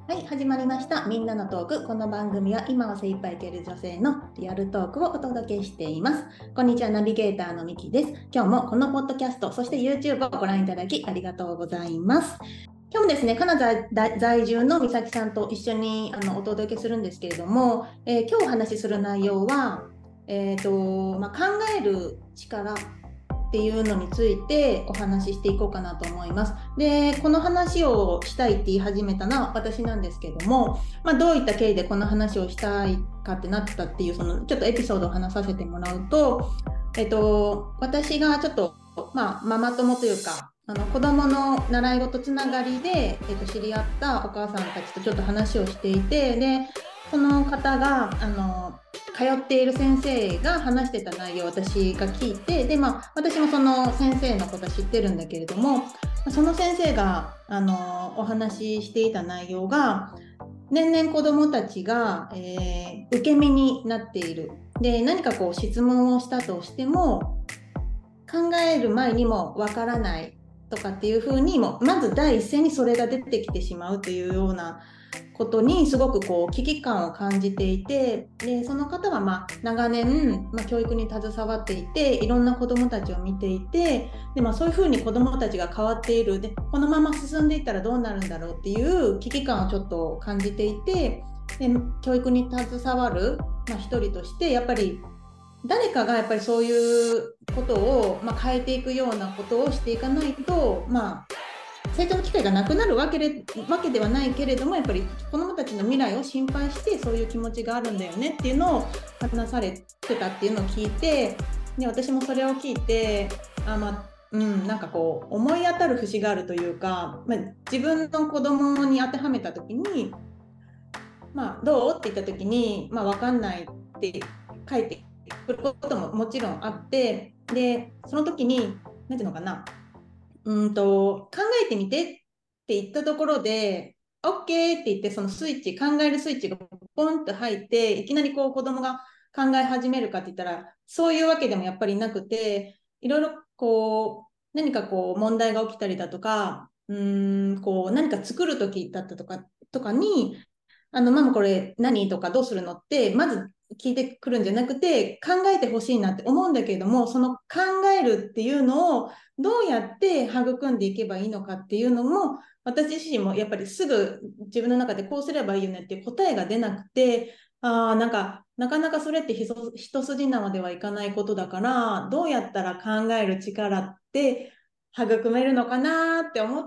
はい、始まりました。みんなのトーク。この番組は今を精一杯生きる女性のリアルトークをお届けしています。こんにちは、ナビゲーターのみきです。今日もこのポッドキャスト、そして YouTube をご覧いただきありがとうございます。今日もですね、カナダ在住のみさきさんと一緒にお届けするんですけれども、今日お話しする内容は、考える力っていうのについてお話ししていこうかなと思います。で、この話をしたいって言い始めたのは私なんですけども、どういった経緯でこの話をしたいかってなったっていう、そのちょっとエピソードを話させてもらうと、私がちょっと、ママ友というか、子供の習い事つながりで、知り合ったお母さんたちとちょっと話をしていて、で、その方が通っている先生が話してた内容を私が聞いて、で、私もその先生のことは知ってるんだけれども、その先生がお話ししていた内容が、年々子どもたちが、受け身になっている。で、何かこう質問をしたとしても、考える前にもわからないとかっていうふうにも、まず第一声にそれが出てきてしまうというようなことにすごくこう危機感を感じていて、でその方は長年、教育に携わっていて、いろんな子どもたちを見ていて、で、そういうふうに子どもたちが変わっている、でこのまま進んでいったらどうなるんだろうっていう危機感をちょっと感じていて、で教育に携わる、一人としてやっぱり誰かがやっぱりそういうことを、変えていくようなことをしていかないと、成長の機会がなくなるわけではないけれども、やっぱり子どもたちの未来を心配してそういう気持ちがあるんだよねっていうのを話されてたっていうのを聞いて、で私もそれを聞いて、なんかこう思い当たる節があるというか、自分の子供に当てはめた時に、どうって言った時に、分かんないって書いてくることももちろんあって、でその時に何ていうのかな、考えてみてって言ったところで OK って言って、そのスイッチ、考えるスイッチがポンと入っていきなりこう子供が考え始めるかって言ったら、そういうわけでもやっぱりなくて、いろいろこう何かこう問題が起きたりだとか、こう何か作る時だったとかに、ママこれ何とかどうするのってまず聞いてくるんじゃなくて、考えてほしいなって思うんだけれども、その考えるっていうのをどうやって育んでいけばいいのかっていうのも、私自身もやっぱりすぐ自分の中でこうすればいいよねっていう答えが出なくて、なんかなかなかそれって一筋縄ではいかないことだから、どうやったら考える力って育めるのかなって思って、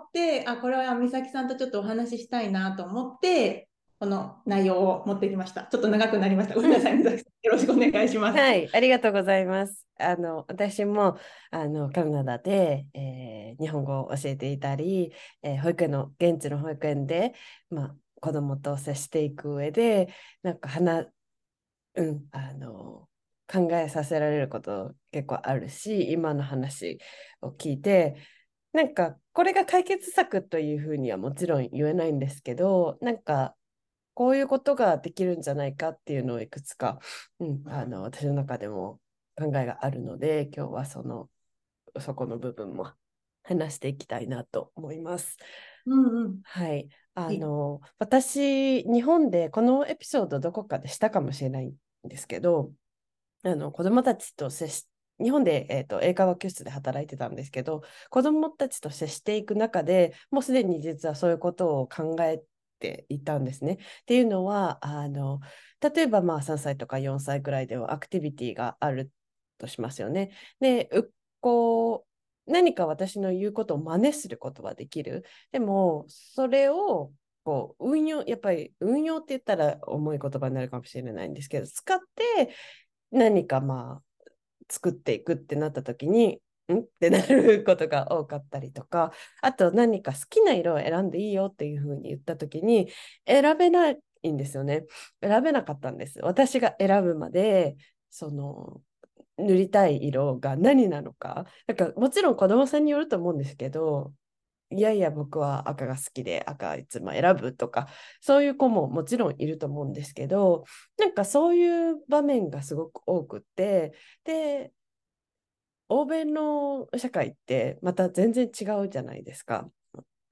これは美咲さんとちょっとお話ししたいなと思って、この内容を持ってきました。ちょっと長くなりました。ごめんなさい、美咲さん。よろしくお願いします。 はい、ありがとうございます。私もカナダで、日本語を教えていたり、現地の保育園で、子供と接していく上で、なんかうん、考えさせられること結構あるし、今の話を聞いて、なんかこれが解決策というふうにはもちろん言えないんですけど、なんかこういうことができるんじゃないかっていうのをいくつか、私の中でも考えがあるので、今日はそこの部分も話していきたいなと思います。 うんうん。 はい。 いい。 私、日本でこのエピソードどこかでしたかもしれないんですけど、子供たちと日本で、英会話教室で働いてたんですけど、子供たちと接していく中でもうすでに実はそういうことを考えていたんですね。っていうのは、例えば3歳とか4歳くらいではアクティビティがあるとしますよね。で、こ何か私の言うことを真似することはできる。でも、それをやっぱり運用って言ったら重い言葉になるかもしれないんですけど、使って何か作っていくってなった時に、ってなることが多かったりとか、あと何か好きな色を選んでいいよっていうふうに言った時に、選べないんですよね。選べなかったんです。私が選ぶまで、その、塗りたい色が何なのか。なんかもちろん子供さんによると思うんですけど、いやいや僕は赤が好きで赤いつも選ぶとか、そういう子ももちろんいると思うんですけど、なんかそういう場面がすごく多くて、で、欧米の社会ってまた全然違うじゃないですか。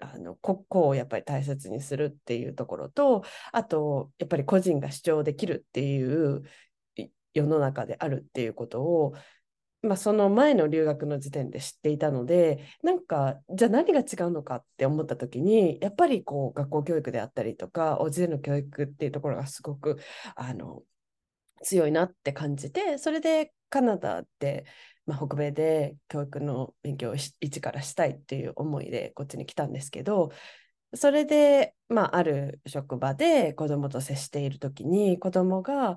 個々をやっぱり大切にするっていうところと、あとやっぱり個人が主張できるっていう世の中であるっていうことを、その前の留学の時点で知っていたので、なんかじゃあ何が違うのかって思った時に、やっぱりこう学校教育であったりとかお家での教育っていうところがすごく強いなって感じて、それでカナダで、北米で教育の勉強を一からしたいっていう思いでこっちに来たんですけど、それで、ある職場で子供と接している時に子供が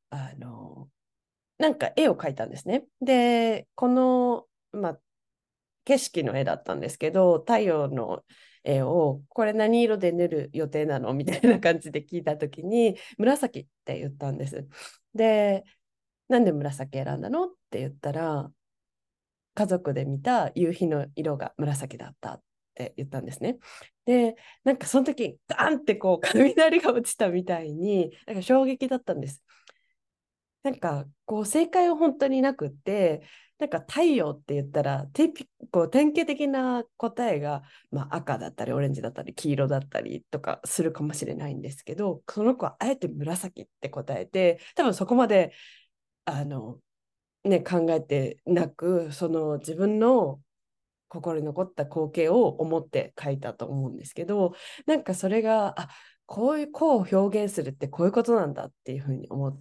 なんか絵を描いたんですね。で、この、景色の絵だったんですけど、太陽の絵を、これ何色で塗る予定なのみたいな感じで聞いたときに、紫って言ったんです。で、なんで紫選んだのって言ったら、家族で見た夕日の色が紫だったって言ったんですね。で、なんかその時、ガンってこう雷が落ちたみたいに、なんか衝撃だったんです。なんかこう正解は本当になくって、なんか太陽って言ったらこう典型的な答えが、赤だったりオレンジだったり黄色だったりとかするかもしれないんですけど、その子はあえて紫って答えて、多分そこまであの、考えてなく、その自分の心に残った光景を思って書いたと思うんですけど、なんかそれがこう表現するってこういうことなんだっていうふうに思って、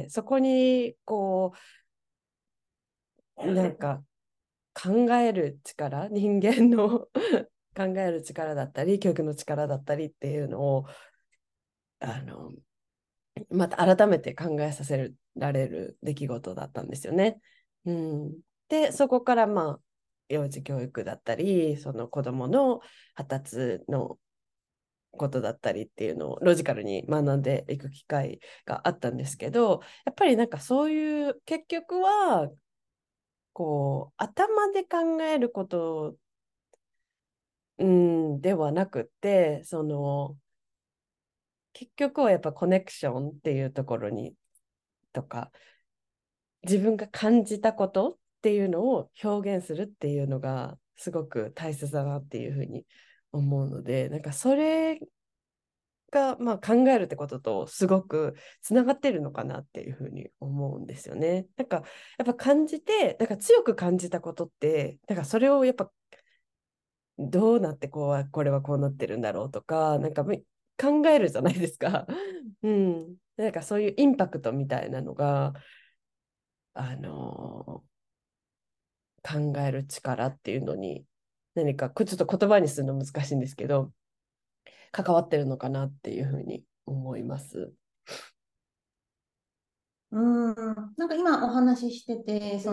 そこにこうなんか考える力、人間の考える力だったり教育の力だったりっていうのをあのまた改めて考えさせられる出来事だったんですよね。うん、でそこから幼児教育だったり、その子どもの発達のことだったりっていうのをロジカルに学んでいく機会があったんですけど、やっぱりなんかそういう結局はこう頭で考えること、ではなくて、その結局はやっぱコネクションっていうところにとか、自分が感じたことっていうのを表現するっていうのがすごく大切だなっていうふうに思うので、なんかそれが、考えるってこととすごくつながってるのかなっていうふうに思うんですよね。なんかやっぱ感じて、なんか強く感じたことって、なんかそれをやっぱどうなってこれはこうなってるんだろうとか、なんか考えるじゃないですか。うん。なんかそういうインパクトみたいなのが、あの考える力っていうのに、何かちょっと言葉にするの難しいんですけど、関わってるのかなっていうふうに思います。 なんか今お話ししてて、 うん。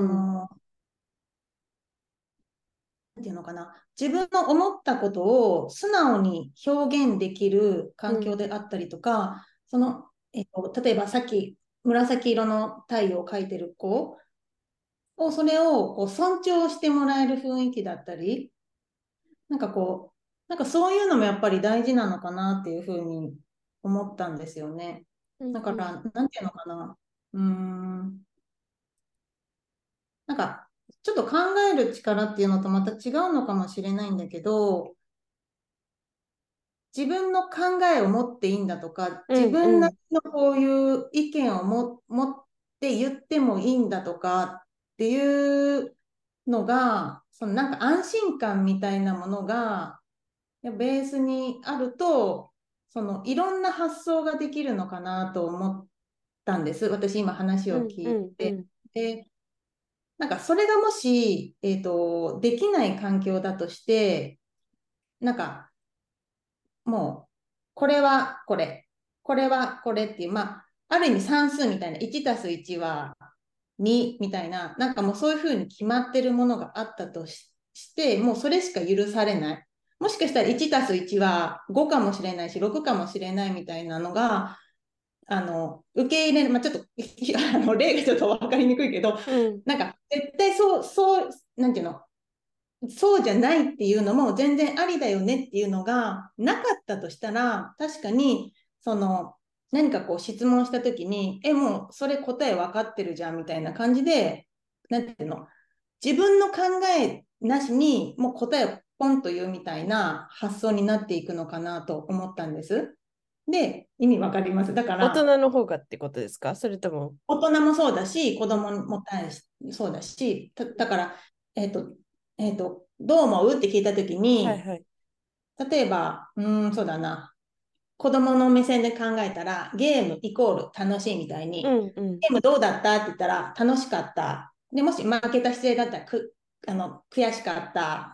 なんていうのかな、自分の思ったことを素直に表現できる環境うん。 であったりとか、例えばさっき紫色の太陽を描いてる子それをこう尊重してもらえる雰囲気だったり、なんかこなんかそういうのもやっぱり大事なのかなっていうふうに思ったんですよね。 うんうん。 だから、なんていうのかな。うーん。なんか、ちょっと考える力っていうのとまた違うのかもしれないんだけど、自分の考えを持っていいんだとか、 う自分なりんうん。 のこういう意見を持って言ってもいいんだとかっていうのが、なんか安心感みたいなものが、ベースにあると、いろんな発想ができるのかなと思ったんです。私今話をうんう聞いて。 んうん。 で、なんかそれがもし、できない環境だとして、なんかもう、これはこれ、これはこれっていう、ある意味算数みたいな、1たす1は2みたいな、なんかもうそういうふうに決まってるものがあったとして、もうそれしか許されない。もしかしたら1たす1は5かもしれないし、6かもしれないみたいなのが、受け入れる、ちょっと例がちょっと分かりにくいけど、 うんなんか、絶対なんていうの、そうじゃないっていうのも全然ありだよねっていうのがなかったとしたら、確かに、何かこう質問したときに、もうそれ答え分かってるじゃんみたいな感じで、なんていうの、自分の考えなしに、もう答えをポンというみたいな発想になっていくのかなと思ったんです。で、意味わかります。だか大ら、 人の方がってことですか？それとも。 大人もそうだし、子うん、 供もそうだし、だから、どう思うって聞いたときに、 はいはい。 例えば、そうだな、子供の目線で考えたら、ゲームイコール楽しいみたいに、 うんうん。 ゲームどうだったって言ったら、楽しかった。で、もし負けた姿勢だったら悔しかった。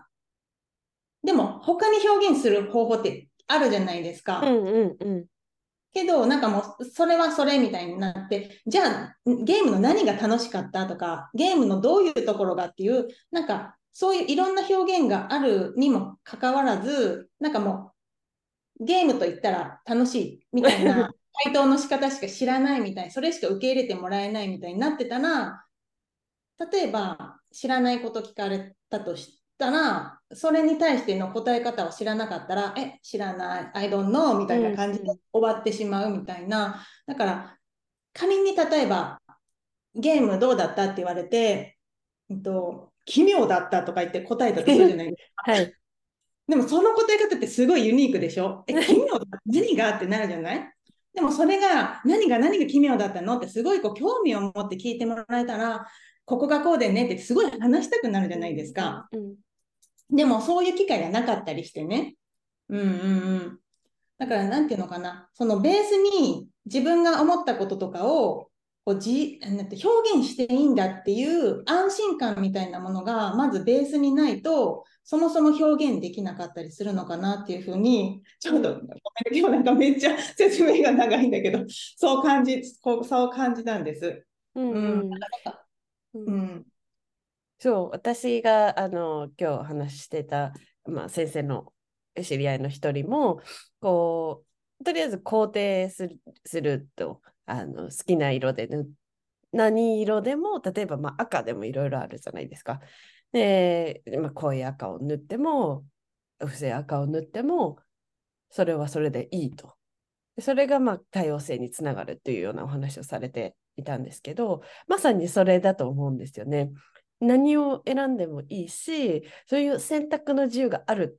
でも、他に表現する方法ってあるじゃないですか。 うんうんうん。 けど、なんかもう、それはそれみたいになって、じゃあ、ゲームの何が楽しかったとか、ゲームのどういうところがっていう、なんか、そういういろんな表現があるにもかかわらず、なんかもう、ゲームと言ったら楽しいみたいな回答の仕方しか知らないみたい、それしか受け入れてもらえないみたいになってたら、例えば、知らないこと聞かれたとしたら、それに対しての答え方を知らなかったら、知らない、I don't know みうたいな感じでんうん。 終わってしまうみたいな。だから、仮に例えば、ゲームどうだったって言われて、奇妙だったとか言って答えたとするじゃないですか。 はい。 でもその答え方ってすごいユニークでしょ？奇妙だった何がってなるじゃない？でもそれが何が奇妙だったのってすごいこう興味を持って聞いてもらえたら、ここがこうでねってすごい話したくなるじゃないですうんうんか。 うん。 でもそういう機会がなかったりしてね。うんうんうん。だからなんていうのかな、そのベースに自分が思ったこととかをなんて表現していいんだっていう安心感みたいなものがまずベースにないと、そもそも表現できなかったりするのかなっていうふうに、ちょっとごめんね、今日なんかめっちゃ説明が長いんだけど、そう感じたんです。 うんうん、 うんうん。 うん、 そう、私が今日話してた、先生の知り合いの一人も、ことりあえず肯定すると好きな色で何色でも、例えば赤でもいろいろあるじゃないですか。で、濃い赤を塗っても、薄い赤を塗っても、それはそれでいいと。それが多様性につながるというようなお話をされていたんですけど、まさにそれだと思うんですよね。何を選んでもいいし、そういう選択の自由がある、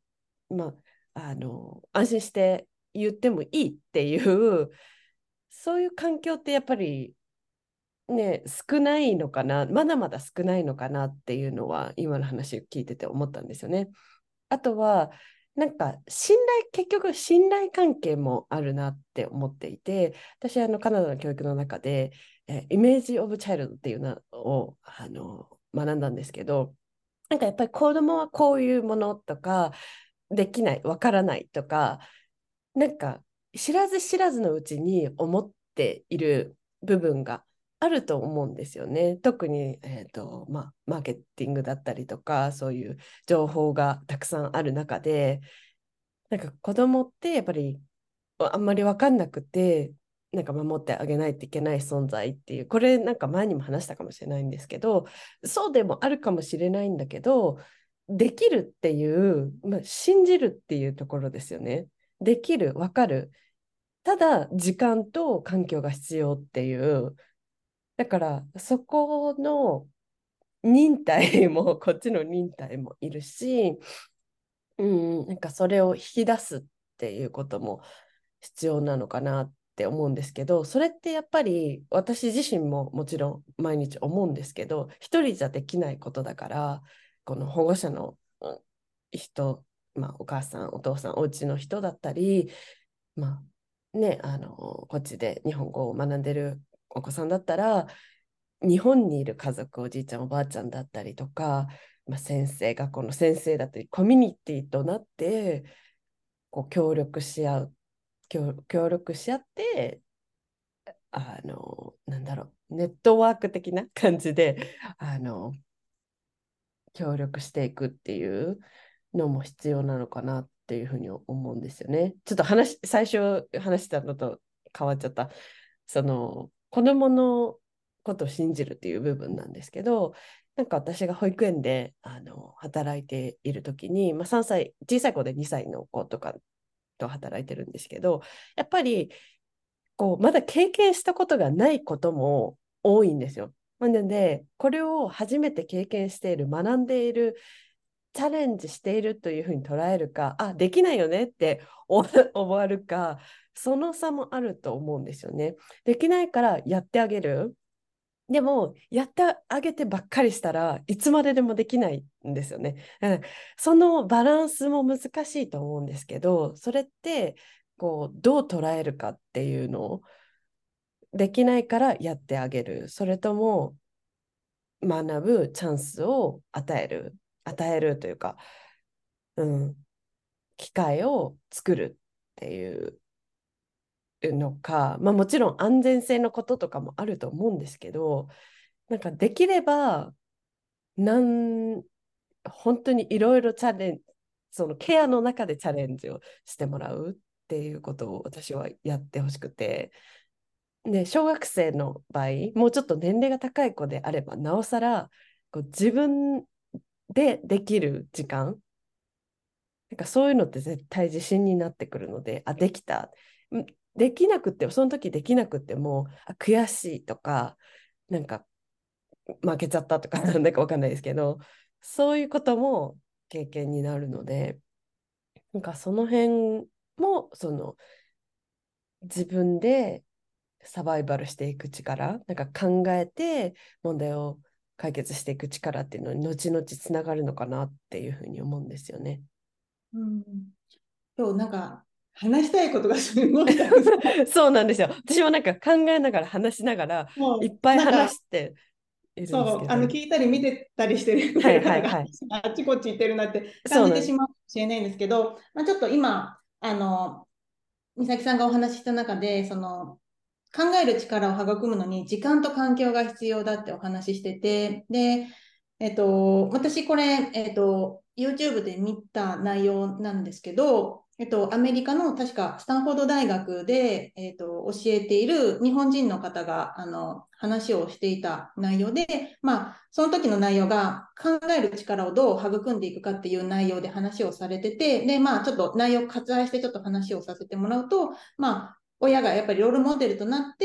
安心して言ってもいいっていう、そういう環境ってやっぱりね、少ないのかな、まだまだ少ないのかなっていうのは、今の話を聞いてて思ったんですよね。あとは、なんか結局信頼関係もあるなって思っていて、私、カナダの教育の中で、イメージ・オブ・チャイルドっていうのを学んだんですけど、なんかやっぱり子供はこういうものとか、できない、わからないとか、なんか知らず知らずのうちに思っている部分があると思うんですよね。特に、マーケティングだったりとか、そういう情報がたくさんある中で、なんか子供ってやっぱりあんまり分かんなくて、なんか守ってあげないといけない存在っていう、これなんか前にも話したかもしれないんですけど、そうでもあるかもしれないんだけど、できるっていう、信じるっていうところですよね。できる、分かる。ただ、時間と環境が必要っていう、だからそこの忍耐も、こっちの忍耐もいるし、なんかそれを引き出すっていうことも必要なのかなって思うんですけど、それってやっぱり私自身ももちろん毎日思うんですけど、一人じゃできないことだから、この保護者の人、お母さん、お父さん、お家の人だったり、こっちで日本語を学んでるお子さんだったら、日本にいる家族、おじいちゃん、おばあちゃんだったりとか、学校の先生だったり、コミュニティとなって、こう協力し合って、なんだろネットワーク的な感じで、協力していくっていうのも必要なのかなっていうふうに思うんですよね。ちょっと最初話したのと変わっちゃった。その、子供のことを信じるっていう部分なんですけど、なんか私が保育園で働いている時に、3歳、小さい子で2歳の子とかと働いてるんですけど、やっぱりこうまだ経験したことがないことも多いんですよ。なので、これを初めて経験している、学んでいるチャレンジしているというふうに捉えるか、あ、できないよねって終わるか、その差もあると思うんですよね。できないからやってあげる。でも、やってあげてばっかりしたらいつまででもできないんですよね。だからそのバランスも難しいと思うんですけど、それってこうどう捉えるかっていうのを、できないからやってあげる。それとも学ぶチャンスを与えるというか、うん、機会を作るっていうのか、まあ、もちろん安全性のこととかもあると思うんですけど、なんかできればなん本当にいろいろチャレンジ、そのケアの中でチャレンジをしてもらうっていうことを私はやってほしくて、で、小学生の場合、もうちょっと年齢が高い子であれば、なおさらこう自分でできる時間、なんかそういうのって絶対自信になってくるので、あ、できた。できなくても、その時できなくても、あ、悔しいとか、なんか負けちゃったとか、なんだかわかんないですけど、そういうことも経験になるので、なんかその辺も、その自分でサバイバルしていく力、なんか考えて問題を解決していく力っていうのに後々つながるのかなっていうふうに思うんですよね。 うん、今日なんか話したいことがすごいたくさん。 そうなんですよ。私もなんか考えながら話しながらいっもぱいうなんか話しているんですそう、 けど。 聞いたり見てたりしてるはい方がはいはい。 あっちこっち行ってるなって感そうなんです。 じてしまうかもしれないんですけど、まあ、ちょっと今、美咲さんがお話しした中で、考える力を育むのに時間と環境が必要だってお話ししてて、で、私これ、YouTube で見た内容なんですけど、アメリカの確かスタンフォード大学で、教えている日本人の方が、話をしていた内容で、まあ、その時の内容が考える力をどう育んでいくかっていう内容で話をされてて、で、まあ、ちょっと内容を割愛してちょっと話をさせてもらうと、まあ、親がやっぱりロールモデルとなって、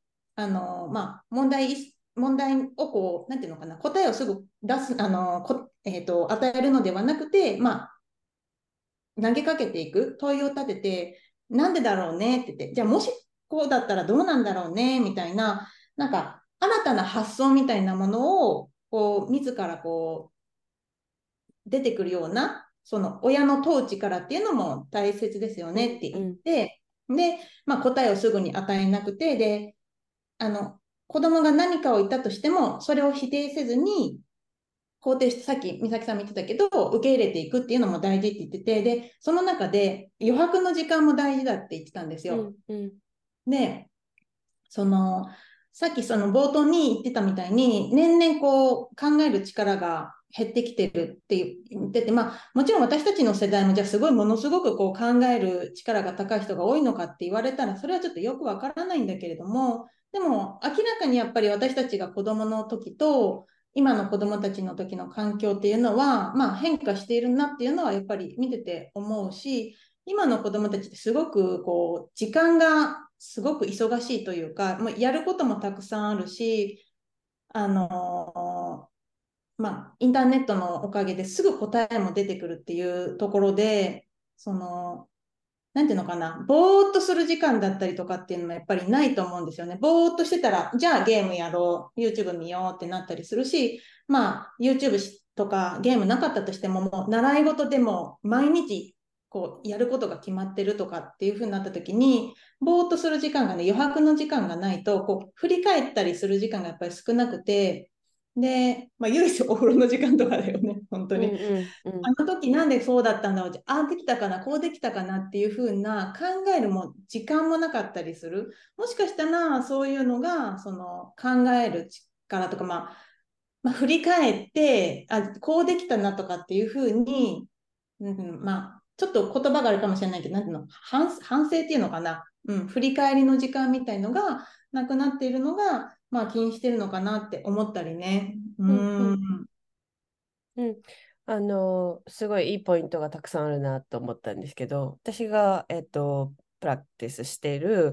まあ、問題をこう、なんていうのかな、答えをすぐ出す、与えるのではなくて、まあ、投げかけていく、問いを立てて、なんでだろうねって言って、じゃあもしこうだったらどうなんだろうね、みたいな、なんか、新たな発想みたいなものを、こう、自らこう、出てくるような、その親の統治からっていうのも大切ですようんねって言っうんて、で、まあ、答えをすぐに与えなくて、で、あの、子供が何かを言ったとしても、それを否定せずに、肯定して、さっき美咲さんも言ってたけど、受け入れていくっていうのも大事って言ってて、で、その中で余白の時間も大事だって言ってたんですよ。 うんうんで、その、さっきその冒頭に言ってたみたいに、年々こう考える力が減ってきてるって言ってて、まあもちろん私たちの世代もじゃあすごいものすごくこう考える力が高い人が多いのかって言われたら、それはちょっとよくわからないんだけれども、でも明らかにやっぱり私たちが子供の時と、今の子供たちの時の環境っていうのは、まあ変化しているなっていうのはやっぱり見てて思うし、今の子供たちってすごくこう時間がすごく忙しいというか、まあ、やることもたくさんあるし、あのまあ、インターネットのおかげですぐ答えも出てくるっていうところで、なんていうのかな、ぼーっとする時間だったりとかっていうのもやっぱりないと思うんですよね。ぼーっとしてたら、じゃあゲームやろう、YouTube 見ようってなったりするし、まあ YouTube とかゲームなかったとしても、もう習い事でも毎日こうやることが決まってるとかっていう風になった時に、ぼーっとする時間がね、余白の時間がないと、こう振り返ったりする時間がやっぱり少なくて、で、まあ唯一お風呂の時間とかだよね、本当に。 うんうんうんあの時なんでそうだったんだろう、ああできたかな、こうできたかなっていう風な考えるも時間もなかったりする。もしかしたらそういうのがその考える力とか、振り返って、こうできたなとかっていう風に、まあちょっと言葉があるかもしれないけど、なんていうの、反省っていうのかな、振り返りの時間みたいのがなくなっているのが、まあ気にしてるのかなって思ったりね。 うんうん。すごいいいポイントがたくさんあるなと思ったんですけど、私が、プラクティスしている、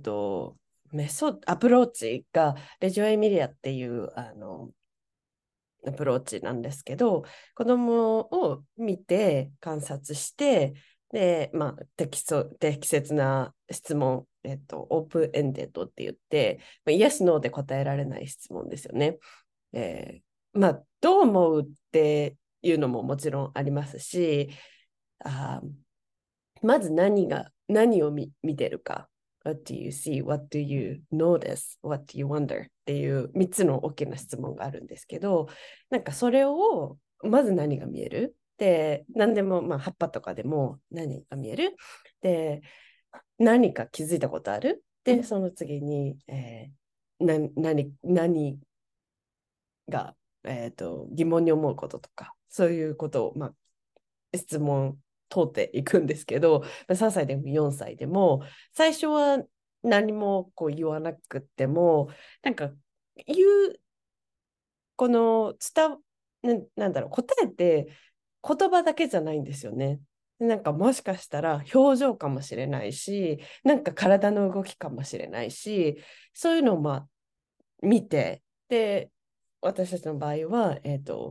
アプローチが、レジオエミリアっていう、 アプローチなんですけど、子供を見て観察して、で、まあ、適切な質問、オープンエンデッドって言って、まあ、イエス、ノーで答えられない質問ですよね。まあ、どう思うっていうのももちろんありますし、あまず何を見てるか。What do you see? What do you notice? What do you wonder? っていう3つの大きな質問があるんですけど、なんかそれを、まず何が見えるで、何でも、まあ、葉っぱとかでも何が見えるで、何か気づいたことあるで、その次に、何が、疑問に思うこととか、そういうことを、まあ、質問通っていくんですけど、3歳でも4歳でも、最初は何もこう言わなくても、なんか言う、このなんだろう、答えって言葉だけじゃないんですよね。なんかもしかしたら表情かもしれないし、なんか体の動きかもしれないし、そういうのをまあ見て、で、私たちの場合は、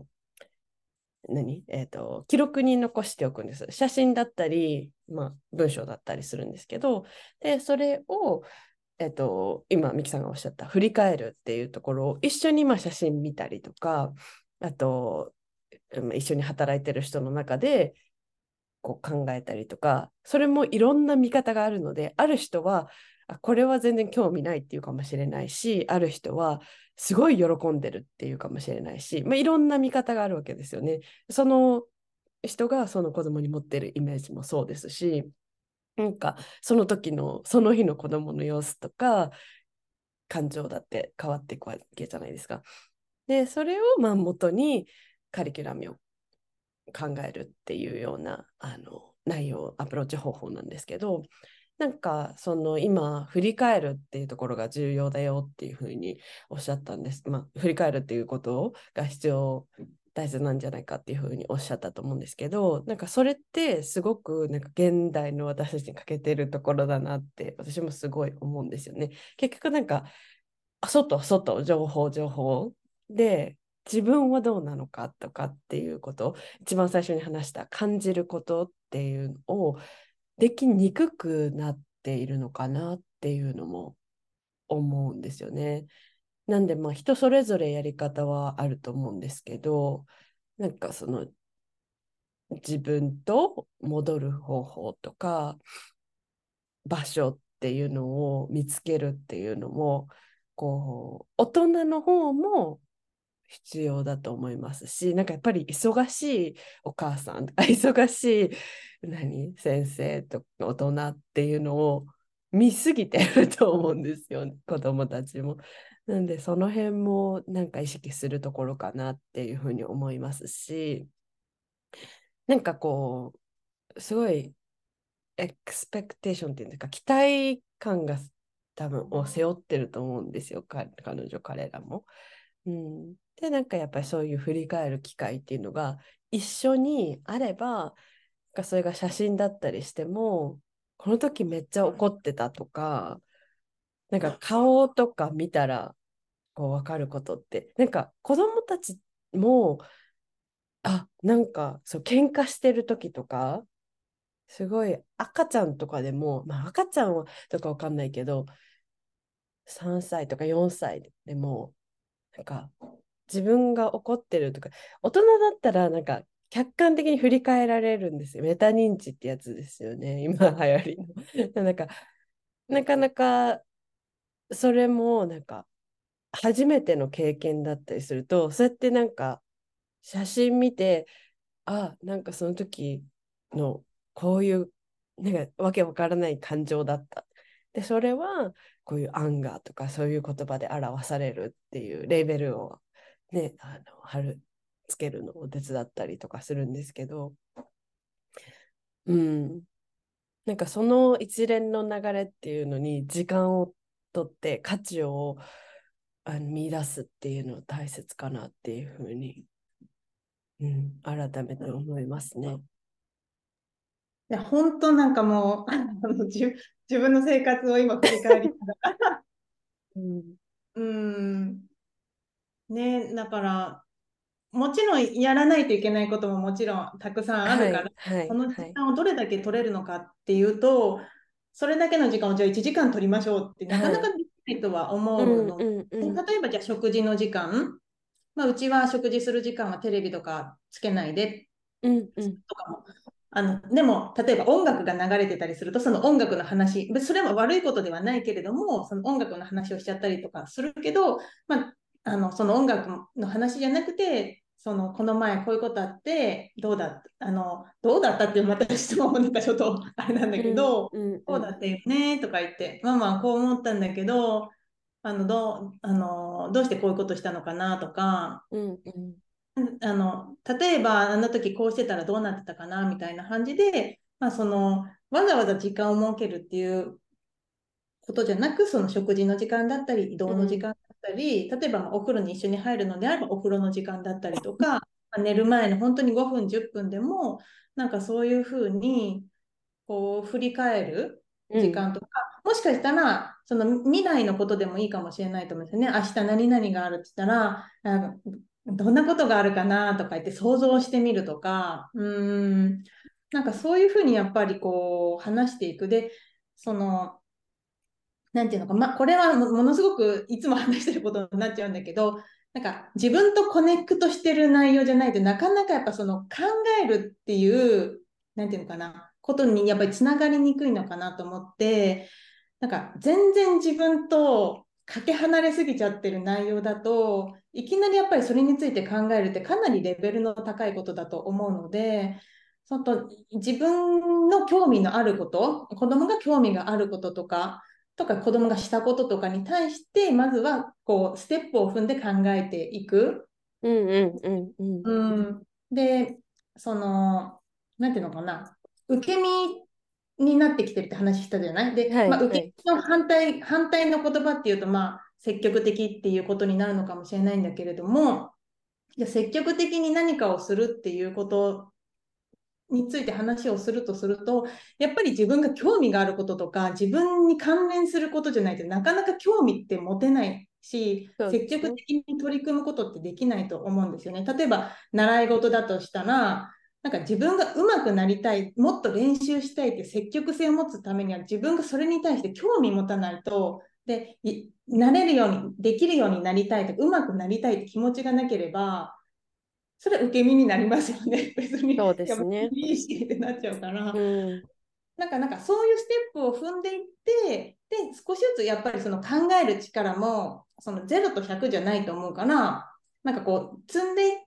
記録に残しておくんです。写真だったり、まあ、文章だったりするんですけど、で、それを、今、ミキさんがおっしゃった振り返るっていうところを一緒にまあ写真見たりとか、あと、一緒に働いてる人の中でこう考えたりとか、それもいろんな見方があるので、ある人は、これは全然興味ないっていうかもしれないし、ある人はすごい喜んでるっていうかもしれないし、まあ、いろんな見方があるわけですよね。その人がその子供に持ってるイメージもそうですし、なんかその時のその日の子供の様子とか感情だって変わっていくわけじゃないですか。で、それをまあ元にカリキュラムを考えるっていうような内容、アプローチ方法なんですけど、なんかその今振り返るっていうところが重要だよっていうふうにおっしゃったんです。まあ、振り返るっていうことが大切なんじゃないかっていうふうにおっしゃったと思うんですけど、なんかそれってすごくなんか現代の私たちに欠けてるところだなって私もすごい思うんですよね。結局なんか情報で自分はどうなのかとかっていうこと、一番最初に話した感じることっていうのをできにくくなっているのかなっていうのも思うんですよね。なんでまあ人それぞれやり方はあると思うんですけど、なんかその自分と戻る方法とか場所っていうのを見つけるっていうのも、こう大人の方も必要だと思いますし、なんかやっぱり忙しいお母さんとか忙しい先生とか大人っていうのを見すぎてると思うんですよ、子供たちも。なんでその辺もなんか意識するところかなっていうふうに思いますし、なんかこうすごいエクスペクテーションっていうんですか、期待感が多分を背負ってると思うんですよ、彼女彼らも。うん、で、なんかやっぱりそういう振り返る機会っていうのが一緒にあれば、それが写真だったりしても、この時めっちゃ怒ってたとか、なんか顔とか見たらこう分かることって、なんか子供たちも、なんかそう喧嘩してる時とか、すごい赤ちゃんとかでも、まあ赤ちゃんはとかわかんないけど、3歳とか4歳でも、なんか自分が怒ってるとか、大人だったらなんか客観的に振り返られるんですよ。メタ認知ってやつですよね、今流行りの。なんか、なかなかそれもなんか初めての経験だったりすると、そうやってなんか写真見て、なんかその時のこういうなんかわけわからない感情だった。で、それはこういうアンガーとかそういう言葉で表されるっていうレーベルをね、つけるのを手伝ったりとかするんですけど、うん、なんかその一連の流れっていうのに時間をとって価値を見出すっていうのは大切かなっていうふうに、改めて思いますね。 いや、本当なんかもう、自分の生活を今振り返りながら、 うん、 うーん、ね、だから、 もちろんやらないといけないことももちろんたくさんあるはい、 から、 はい、 そのはい。 時間をどれだけ取れるのかっていうと、それだけの時間をじゃあ1時間取りましょうってなかはい。 なかできないとはうん、 思うのうん、うで、 ん。 例えばじゃあ食事の時間、まあ、うちは食事する時間はテレビとかつけないでうん、うん。 とかも。でも、例えば音楽が流れてたりすると、その音楽の話、それは悪いことではないけれども、その音楽の話をしちゃったりとかするけど、まあ、その音楽の話じゃなくて、この前こういうことあって、どうだったっていうまた質問もなんかちょっとあれなんだうん、 けど、 うん、うん。 こうだったよねとか言って、ママはこう思ったんだけど、どうしてこういうことしたのかなとか、 うん、うん。 例えば、あの時こうしてたらどうなってたかなみたいな感じで、まあ、わざわざ時間を設けるっていうことじゃなく、その食事の時間だったり、移動の時うん、 間だったり、例えばまあお風呂に一緒に入るのであれば、お風呂の時間だったりとか、まあ寝る前の本当に5分、10分でも、なんかそういうふうに、こう、振り返るうん。 時間とか、もしかしたら、その未来のことでもいいかもしれないと思うんですよね。明日何々があるって言ったら、どんなことがあるかなとか言って想像してみるとか、なんかそういうふうにやっぱりこう話していく。で、その、なんていうのか、まあ、これはものすごくいつも話してることになっちゃうんだけど、なんか自分とコネクトしてる内容じゃないとなかなかやっぱその考えるっていう、なんていうのかな、ことにやっぱりつながりにくいのかなと思って、なんか全然自分とかけ離れすぎちゃってる内容だと、いきなりやっぱりそれについて考えるってかなりレベルの高いことだと思うので、自分の興味のあること、子供が興味があることとか子供がしたこととかに対して、まずはこうステップを踏んで考えていく。 うん、うん、うん、うん。 うん、で、なんていうのかな、受け身になってきてるって話したじゃないで、まあ、 はい、はい。 受け身の反対の言葉っていうと、まあ、積極的っていうことになるのかもしれないんだけれども、じゃあ積極的に何かをするっていうことについて話をするとすると、やっぱり自分が興味があることとか、自分に関連することじゃないとなかなか興味って持てないし、積そうですね。 極的に取り組むことってできないと思うんですよね。例えば、習い事だとしたら、なんか自分が上手くなりたい、もっと練習したいって積極性を持つためには、自分がそれに対して興味持たないと、なれるように、できるようになりたいとか、上手くなりたいって気持ちがなければ、それ受け身になりますよね。別に、いそうでや、別すね。 にいいしってなっちゃうから、 うん、 なんかそういうステップを踏んでいって、で、少しずつやっぱりその考える力も、その0と100じゃないと思うから、なんかこう、積んでいって、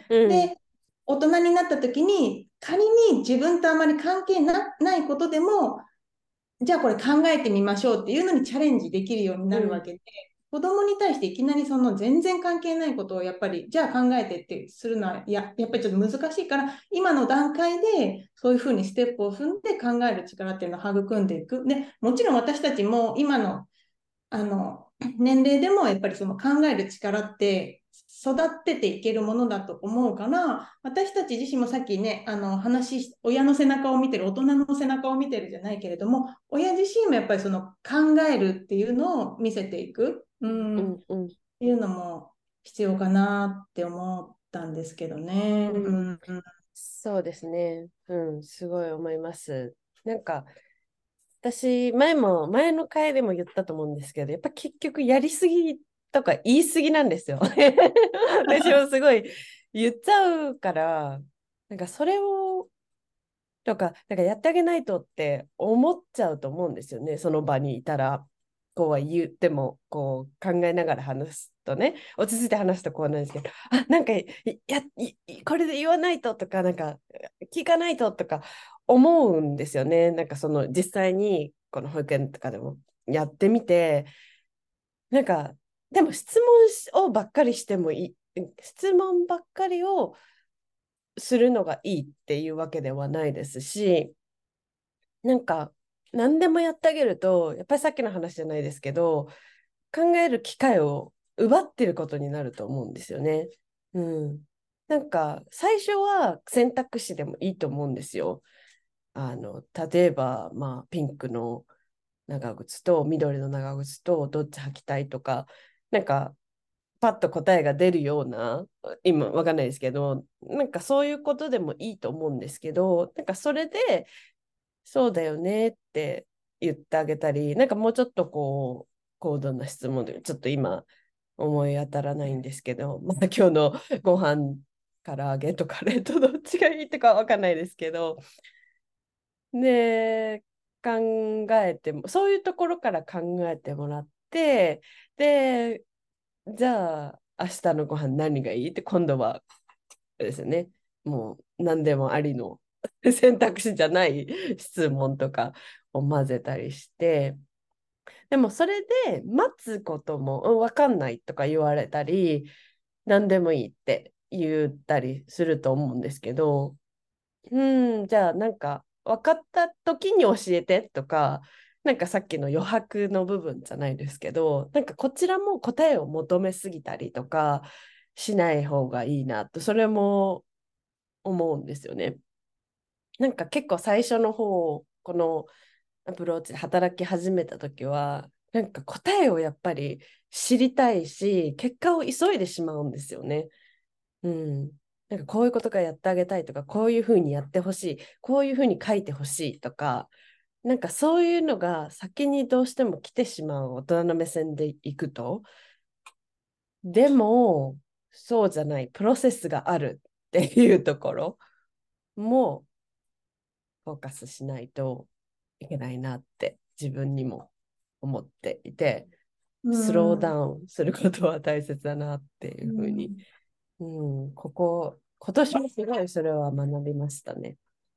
うん、 で、大人になった時に、仮に自分とあまり関係ないことでも、じゃあこれ考えてみましょうっていうのにチャレンジできるようにうん。 なるわけで、子供に対していきなりその全然関係ないことをやっぱり、じゃあ考えてってするのは、やっぱりちょっと難しいから、今の段階でそういうふうにステップを踏んで考える力っていうのを育んでいく。で、もちろん私たちも今のあの、年齢でもやっぱりその考える力って育ってていけるものだと思うから、私たち自身もさっきね、親の背中を見てる、大人の背中を見てるじゃないけれども、親自身もやっぱりその考えるっていうのを見せていく、っうん、うん。 ていうのも必要かなって思ったんですけどね。 うん、そうですね。うん、すごい思います。なんか、私、前の回でも言ったと思うんですけど、やっぱ結局やりすぎとか言いすぎなんですよ。私もすごい言っちゃうから、なんかそれを、なんかやってあげないとって思っちゃうと思うんですよね。その場にいたら、こうは言っても、こう考えながら話すとね、落ち着いて話すとこうなんですけど、なんかこれで言わないととか、なんか聞かないととか思うんですよね。なんかその実際にこの保育園とかでもやってみて、なんか、でも質問をばっかりしてもいい、質問ばっかりをするのがいいっていうわけではないですし、なんか、何でもやってあげると、やっぱりさっきの話じゃないですけど、考える機会を奪ってることになると思うんですよね。うん。なんか、最初は選択肢でもいいと思うんですよ。例えば、まあ、ピンクの長靴と緑の長靴とどっち履きたいとか、なんか、 パッと答えが出るような、今わかんないですけど、なんかそういうことでもいいと思うんですけど、なんかそれで、そうだよねって言ってあげたり、なんかもうちょっとこう、高度な質問で、ちょっと今思い当たらないんですけど、まあ今日のご飯、唐揚げとカレーとどっちがいいとかわかんないですけど、で、考えても、そういうところから考えてもらって、で、じゃあ、明日のご飯何がいいって今度はですね、もう何でもありの選択肢じゃない質問とかを混ぜたりして、でもそれで待つことも分かんないとか言われたり、何でもいいって言ったりすると思うんですけど、じゃあなんか分かった時に教えてとか、なんかさっきの余白の部分じゃないですけど、なんかこちらも答えを求めすぎたりとかしない方がいいなと、それも思うんですよね。なんか結構最初の方、このアプローチで働き始めた時は、なんか答えをやっぱり知りたいし、結果を急いでしまうんですよね。うん。なんかこういうことがやってあげたいとか、こういうふうにやってほしい、こういうふうに書いてほしいとか、なんかそういうのが先にどうしても来てしまう大人の目線でいくと、でも、そうじゃない、プロセスがあるっていうところもフォーカスしないといけないなって自分にも思っていて、 うスローダん。 ウンすることは大切だなっていううふうに、 ん。 今年もすごいそれは学びましたね。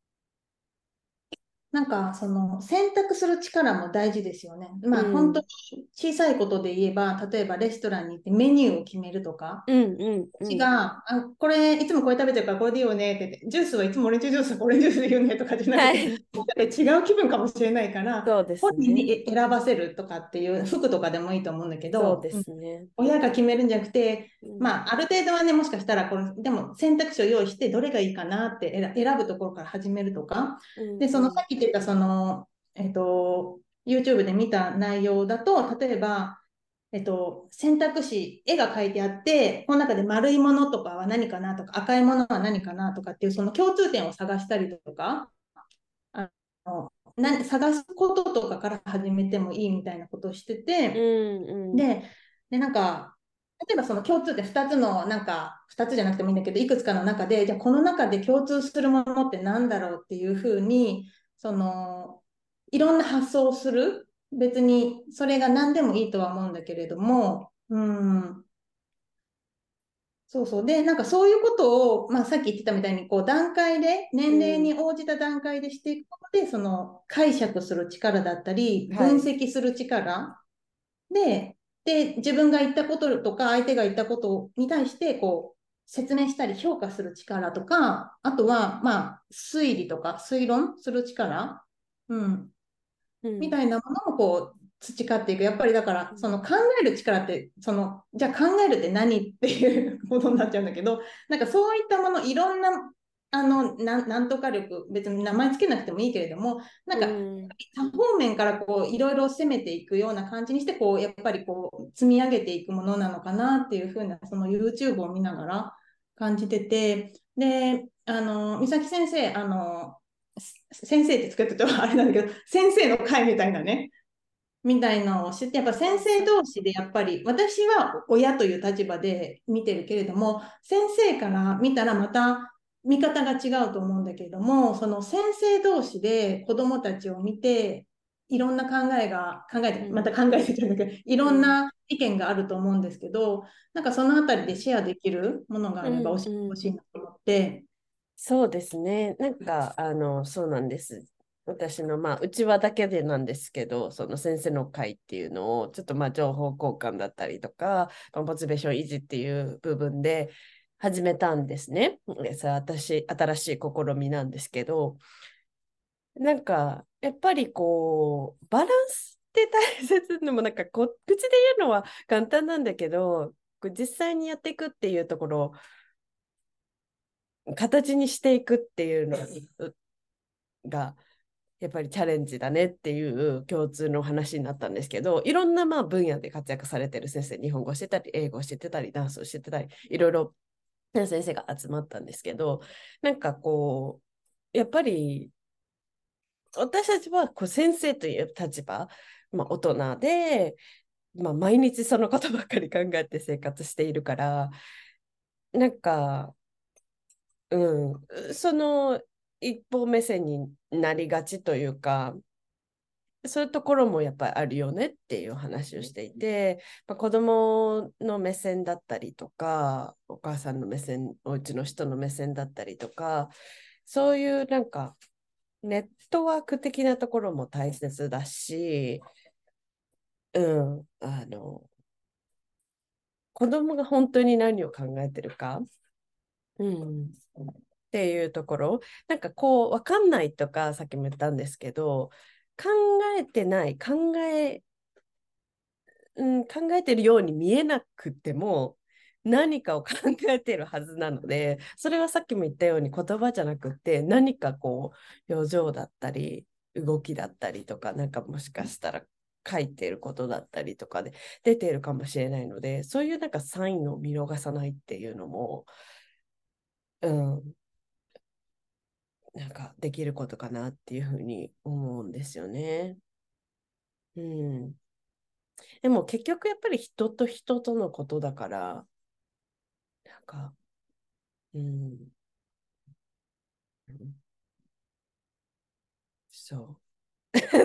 なんかその選択する力も大事ですよね。 うまあ本当ん、 に小さいことで言えば、例えばレストランに行ってメニューを決めるとか、 うん、うん、うん。 私が、これ、いつもこれ食べてるからこれでいいよねって言って、ジュースはいつもオレンジジュース、オレンジジュースでいいよねとかじゃなくて、 はい。 違う気分かもしれないから、 そうで本すね。 人に選ばせるとかっていう服とかでもいいと思うんだけど、 そうですね。 親が決めるんじゃなくて、 うん、 まあ、ある程度はね、もしかしたらこれ、でも選択肢を用意して、どれがいいかなって選ぶところから始めるとか、 うん、 で、そのさうん、 っき言ってた、YouTube で見た内容だと、例えば、選択肢、絵が描いてあって、この中で丸いものとかは何かなとか、赤いものは何かなとかっていう、その共通点を探したりとか、あ探すこととかから始めてもいいみたいなことをしてうて、 ん、うん、 で、なんか、例えばその共通って2つの、なんか、2つじゃなくてもいいんだけど、いくつかの中で、じゃあこの中で共通するものって何だろうっていうふうに、その、いろんな発想をする。別に、それが何でもいいとは思うんだけれども、そうそう。で、なんかそういうことを、まあさっき言ってたみたいに、こう段階で、年齢うん。 に応じた段階でしていくことで、その解釈する力だったり、分はい。 析する力で、自分が言ったこととか、相手が言ったことに対して、こう、説明したり評価する力とか、あとは、まあ、推理とか推論する力、うん、 うん、 みたいなものをこう培っていく。やっぱりだから、その考える力って、じゃあ考えるって何っていうことになっちゃうんだけど、なんかそういったもの、いろんな、なんとか力、別に名前つけなくてもいいけれども、なんうか、 ん、 多方面からこう、いろいろ攻めていくような感じにして、こう、やっぱりこう、積み上げていくものなのかなっていうふうな、その YouTube を見ながら感じてて、で、美咲先生、先生って作ってとあれなんだけど、先生の会みたいなね、みたいなのを知って、やっぱ先生そうそう。 同士でやっぱり、私は親という立場で見てるけれども、先生から見たらまた見方が違うと思うんだけれども、その先生同士で子供たちを見て、いろんな考えて、またうん、 考えてちゃうんだけど、いろんうん、 な意見があると思うんですけど、なんかそのあたりでシェアできるものがあればうん、 教えてほうん。 しいなと思って。 そうですね。なんか、そうなんです。私の、まあ、うちわだけでなんですけど、その先生の会っていうのを、ちょっとまあ、情報交換だったりとか、モチベーション維持っていう部分で始めたんですね。それ新しい試みなんですけど、なんか、やっぱりこう、バランスって大切でも、なんか口で言うのは簡単なんだけど、こう実際にやっていくっていうところ、形にしていくっていうのが、 やっぱりチャレンジだねっていう共通の話になったんですけど、いろんなまあ分野で活躍されてる先生、日本語をしてたり、英語をしてたり、ダンスをしてたり、いろいろ先生が集まったんですけど、なんかこう、やっぱり私たちはこう先生という立場、まあ、大人で、まあ、毎日そのことばっかり考えて生活しているから、なんか、その一方目線になりがちというか、そういうところもやっぱりあるよねっていう話をしていて、まあ、子供の目線だったりとか、お母さんの目線、お家の人の目線だったりとか、そういうなんかネットワーク的なところも大切だし、うん、子供が本当に何を考えてるか、うん、っていうところ、なんかこう、わかんないとか、さっきも言ったんですけど、考えてない、考えてるように見えなくても、何かを考えてるはずなので、それはさっきも言ったように言葉じゃなくて、何かこう、表情だったり、動きだったりとか、なんかもしかしたら書いてることだったりとかで出ているかもしれないので、そういうなんかサインを見逃さないっていうのも、うん、なんかできることかなっていうふうに思うんですよね。うん。でも結局やっぱり人と人とのことだから、なんか、うん、そう。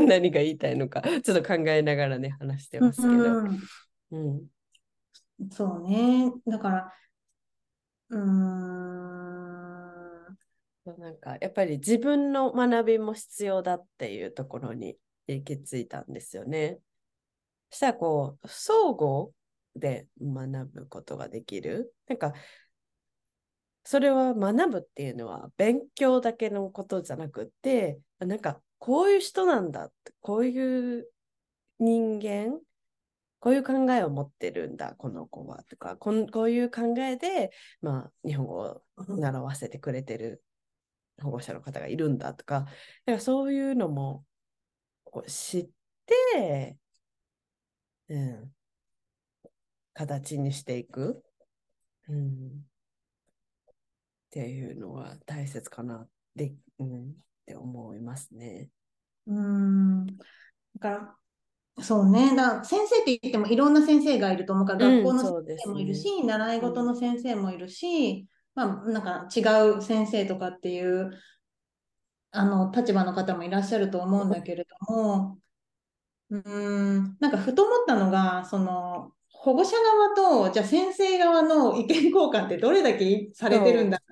何が言いたいのか、ちょっと考えながらね、話してうますけど。 ん、 うん。 そうね。だから、うーん、 なんか、やっぱり自分の学びも必要だっていうところに行き着いたんですよね。そしたら、こう、相互で学ぶことができる。なんか、それは学ぶっていうのは勉強だけのことじゃなくて、なんか、こういう人なんだ、こういう人間、こういう考えを持ってるんだ、この子は、とか、こういう考えで、まあ、日本語を習わせてくれてる保護者の方がいるんだとか、だからそういうのもこう知って、うん、形にしていく、うん、っていうのは大切かなって思いますね。 うーん。だから、そうね。だから先生って言ってもいろんな先生がいると思うから、学うん、 校の先そうで生すね。 もいるし、習いうん、 事の先生もいるし、まあ、なんか違う先生とかっていう、立場の方もいらっしゃると思うんだけれども、なんかふと思ったのが、その、保護者側と、じゃあ先生側の意見交換ってどれだけされてるんだそって、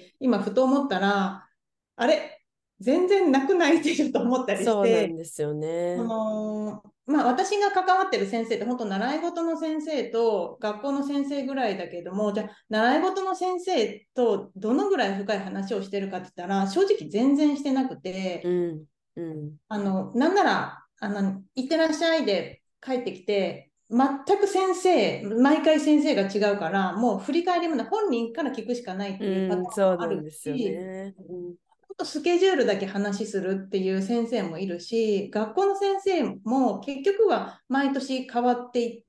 今ふと思ったら、あれ、全然なくないってちょっと思ったりしそうなて、 んですよね。 まあ私が関わってる先生って本当習い事の先生と学校の先生ぐらいだけども、じゃあ習い事の先生とどのぐらい深い話をしてるかって言ったら、正直全然してなくて、 うん、うん、 なんなら、行ってらっしゃいで帰ってきて、全く先生、毎回先生が違うから、もう振り返りもない、本人から聞くしかないっていうパターンうん、そうもあるなんですよし、 ね。うん、 ほんとスケジュールだけ話するっていう先生もいるし、学校の先生も結局は毎年変わっていって、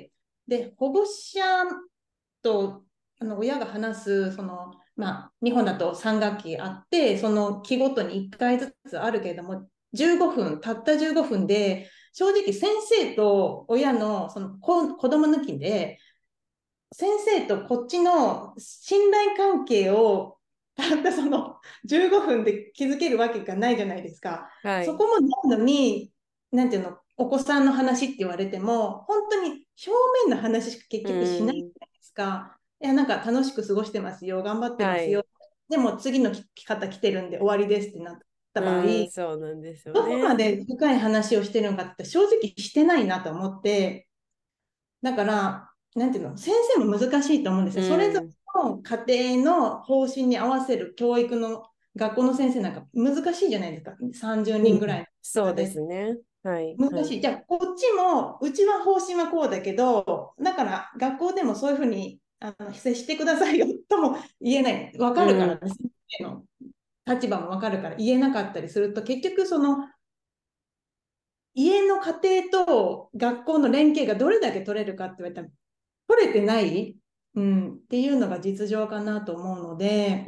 で、保護者と親が話す、まあ、日本だと3学期あって、その期ごとに1回ずつあるけれども、15分、たった15分で、正直先生と親の子供抜きで、先生とこっちの信頼関係をたったその15分で築けるわけがないじゃないですか。 はい。 そこもないのに、なんていうの、お子さんの話って言われても、本当に表面の話しか結う局しないじん、 ゃないですか。いや、なんか楽しく過ごしてますよ、頑張ってまはい。 すよ。でも次の聞き方来てるんで終わりですってなった場合、 うん、そうなんですよどこまね。 で深い話をしてるのかって正直してないなと思って、だから、なんていうの、先生も難しいと思うんですうよ。それぞん、 れの家庭の方針に合わせる教育の学校の先生なんか難しいじゃないですか。30人ぐらいのそうで中で。 すね。はい、はい。 難しい。じゃあ、こっちも、うちは方針はこうだけど、だから学校でもそういうふうに接してくださいよとも言えない。わうかるからん、 ね、先生の。 立場もわかるから言えなかったりすると、結局その家の家庭と学校の連携がどれだけ取れるかって言われたら、取れてない、っていうのが実情かなと思うので、 うん、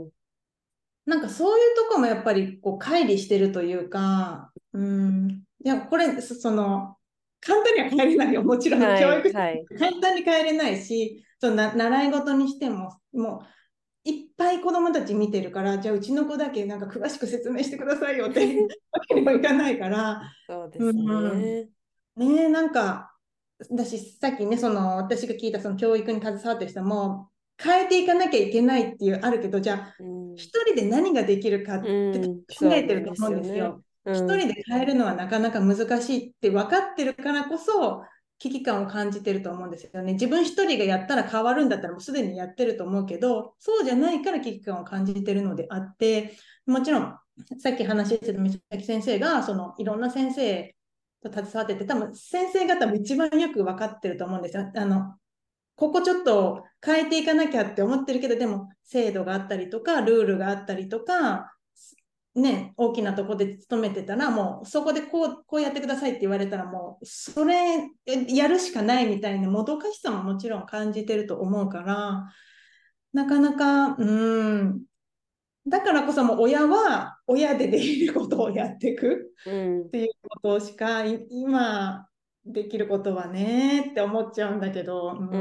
なんかそういうとこもやっぱりこう乖離してるというか、いや、これ、その、簡単には変えれないよ。もちろん、 はい、 教育はい。 簡単に変えれないし、その習い事にしても、もう、いっぱい子供たち見てるから、じゃあうちの子だけなんか詳しく説明してくださいよってわけにもいかないから、うそうですん、 ね。 ねえ、なんか、私、さっきね、その、私が聞いたその教育に携わってる人も、変えていかなきゃいけないっていう、あるけど、じゃあ、 うん、 一人で何ができるかうって考ん、そうなんでえてると思うんすよね。 ですよ。 うん、 一人で変えるのはなかなか難しいって分かってるからこそ、危機感を感じてると思うんですよね。自分一人がやったら変わるんだったらもうすでにやってると思うけど、そうじゃないから危機感を感じてるのであって、もちろん、さっき話してた三崎先生が、そのいろんな先生と携わってて、多分先生方も一番よく分かってると思うんですよ。ここちょっと変えていかなきゃって思ってるけど、でも制度があったりとか、ルールがあったりとか、ね、大きなところで勤めてたら、もうそこでこうやってくださいって言われたら、もうそれやるしかないみたいなもどかしさももちろん感じてると思うから、なかなか、だからこそもう親は親でできることをやっていくうん、 っていうことしか今できることはねって思っちゃうんだけど、 うん。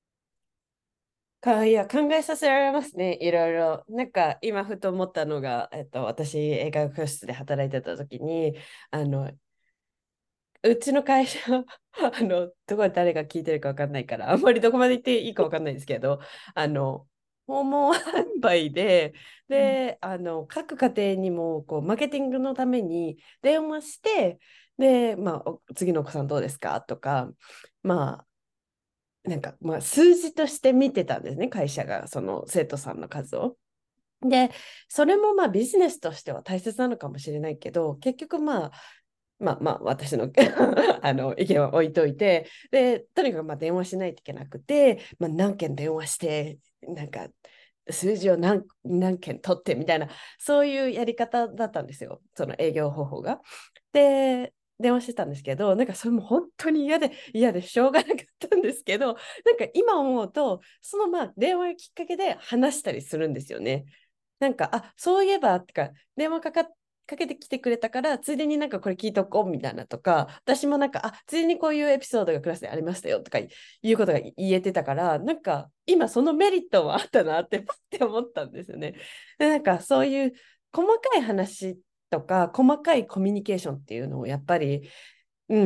いや、考えさせられますね、いろいろ。なんか、今、ふと思ったのが、私、英会話教室で働いてた時に、あの、うちの会社、どこで誰が聞いてるか分かんないから、あんまりどこまで言っていいか分かんないですけど、あの、訪問販売で、各家庭にも、こう、マーケティングのために電話して、で、まあ、次のお子さんどうですかとか、まなんか、まあ、数字として見てたんですね、会社が、その生徒さんの数を。で、それもまあビジネスとしては大切なのかもしれないけど、結局まあ、私のあの意見は置いといて、で、とにかくまあ電話しないといけなくて、まあ、何件電話して、なんか、数字を何件取ってみたいな、そういうやり方だったんですよ、その営業方法が。で、電話してたんですけど、なんかそれも本当に嫌でしょうがなかったんですけど、なんか今思うと、そのまあ電話がきっかけで話したりするんですよね。なんか、あ、そういえば、とか、かけてきてくれたから、ついでになんかこれ聞いとこうみたいなとか、私もなんか、あ、ついでにこういうエピソードがクラスでありましたよとかいうことが言えてたから、なんか、今そのメリットはあったなってパッて思ったんですよね。で、なんかそういう細かい話とか、細かいコミュニケーションっていうのをやっぱり、うん、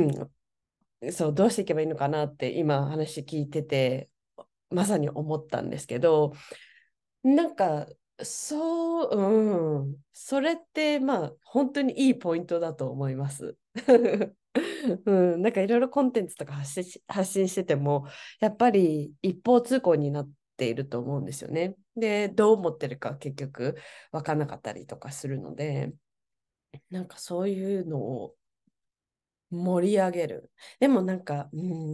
そう、どうしていけばいいのかなって今話聞いてて、まさに思ったんですけど、なんか、それってまあ本当にいいポイントだと思います。なんかいろいろコンテンツとか発信してても、やっぱり一方通行になっていると思うんですよね。で、どう思ってるか結局分からなかったりとかするので、なんかそういうのを盛り上げる。でもなんか、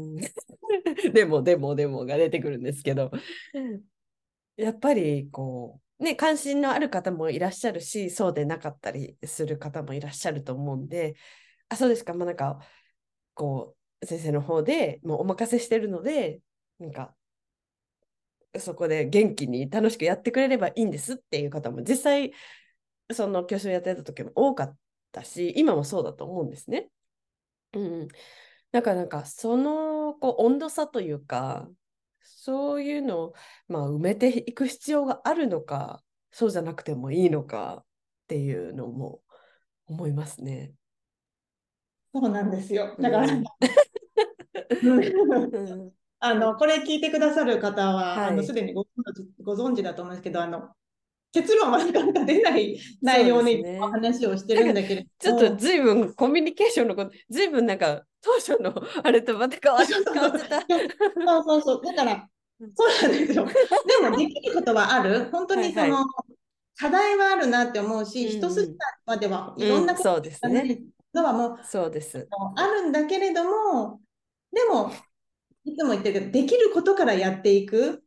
でもが出てくるんですけど、やっぱりこう、ね、関心のある方もいらっしゃるし、そうでなかったりする方もいらっしゃると思うんで、あ、そうですか、まあなんか、こう、先生の方でもうお任せしてるので、なんか、そこで元気に楽しくやってくれればいいんですっていう方も実際、その教師をやってた時も多かったし、今もそうだと思うんですね。うん。だからなんか、そのこう温度差というか、そういうのを、まあ、埋めていく必要があるのか、そうじゃなくてもいいのかっていうのも思いますね。 そうなんですよ。だから、 うん。 うんうん。 これ聞いてくださる方は、 はい。 すでにご存知だと思うんですけど、結論はなかなか出ない内そうで容にすね。 話をしてなんか、 るんだけれどちょっとも、 随分コミュニケーションのこと、随分なんか、当初のあれとまたそうそうそう。 変わってた。 そうそうそう。だから、そうなんですよ。でも、できることはある。本当にその、 はいはい。 課題はあるなって思うし、一筋うん縄ではうん。うん、 いろんなことそうですね。 がないのはもうそうです。 あるんだけれども、でも、いつも言ってるけど、できることからやっていく。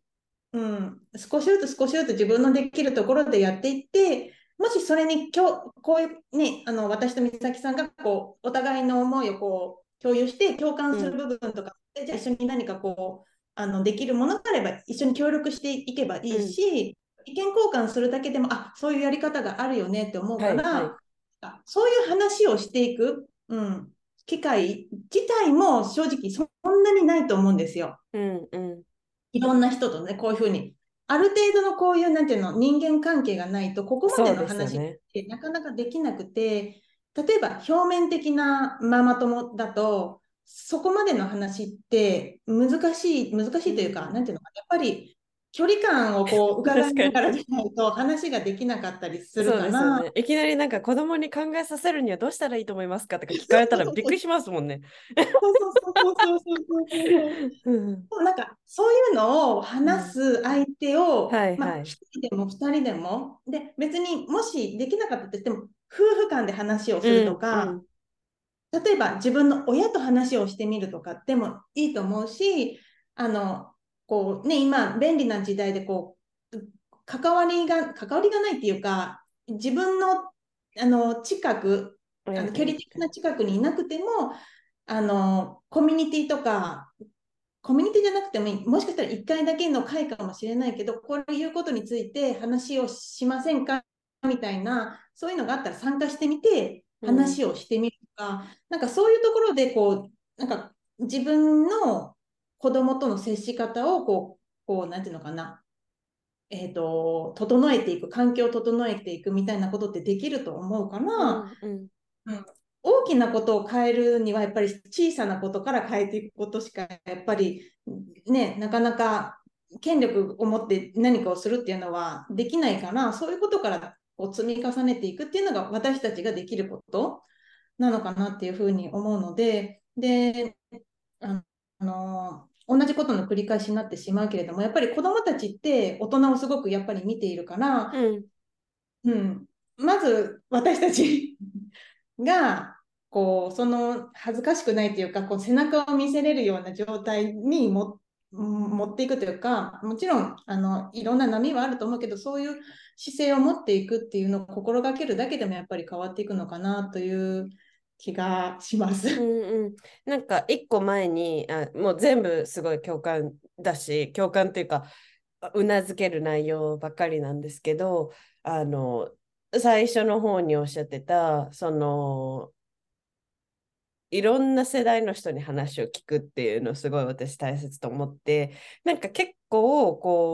少しずつ少しずつ自分のできるところでやっていって、もしそれにこういうね、私と美咲さんがこうお互いの思いをこう共有して共感するうん、 部分とかで、じゃあ一緒に何かこうできるものがあれば一緒に協力していけばいいうん。 し、意見交換するだけでも、あ、そういうやり方があるよねって思うはいはい。 から、そういう話をしていく、機会自体も正直そんなにないと思うんですよ。 うんうん。 いろんな人とね、こういうふうに、ある程度のこういう、なんていうの、人間関係がないと、ここまでそうですよの話っね。 てなかなかできなくて、例えば表面的なママ友だと、そこまでの話って難しういというか、なんん。 ていうのかな、やっぱり距離感をこう伺い確かに。 ながらじゃないと話ができなかったりするそうかな。 ですよね。いきなりなんか子供に考えさせるにはどうしたらいいと思いますかとか聞かれたそうそうそうらびっくりしますもんね。 そうそうそうそうそうそうそうそう。 うん。 なんかそういうのを話うん。 す相手を、まあ、 はいはい。 1人でも2人でも、で、別にもしできなかったとしても、夫婦間で話をするうとか、 んうん。 例えば自分の親と話をしてみるとかでもいいと思うし、あの、こうね、今、便利な時代で関わりがないっていうか、自分の、近く、 親が距離いる。 的な近くにいなくても、コミュニティとか、コミュニティじゃなくてもいい。もしかしたら1回だけの会かもしれないけど、こういうことについて話をしませんかみたいな、そういうのがあったら参加してみて、 うん。 話をしてみるとか、なんかそういうところで、なんか自分の子供との接し方を、なんていうのかな、整えていく、環境を整えていくみたいなことってできると思うかうら、 んうん。 うん、大きなことを変えるには、やっぱり小さなことから変えていくことしか、やっぱりね、なかなか権力を持って何かをするっていうのはできないから、そういうことからこう積み重ねていくっていうのが私たちができることなのかなっていうふうに思うので、あ同じことの繰り返しになってしまうけれども、やっぱり子どもたちって大人をすごくやっぱり見ているから、 うん。 うん、まず私たちが、その恥ずかしくないというか、背中を見せれるような状態に持っていくというか、もちろん、いろんな波はあると思うけど、そういう姿勢を持っていくっていうのを心がけるだけでもやっぱり変わっていくのかなという気がします。 うんうん。なんか一個前に、もう全部すごい共感だし、共感っていうか、うなずける内容ばっかりなんですけど、あの、最初の方におっしゃってた、いろんな世代の人に話を聞くっていうのをすごい私大切と思って、なんか結構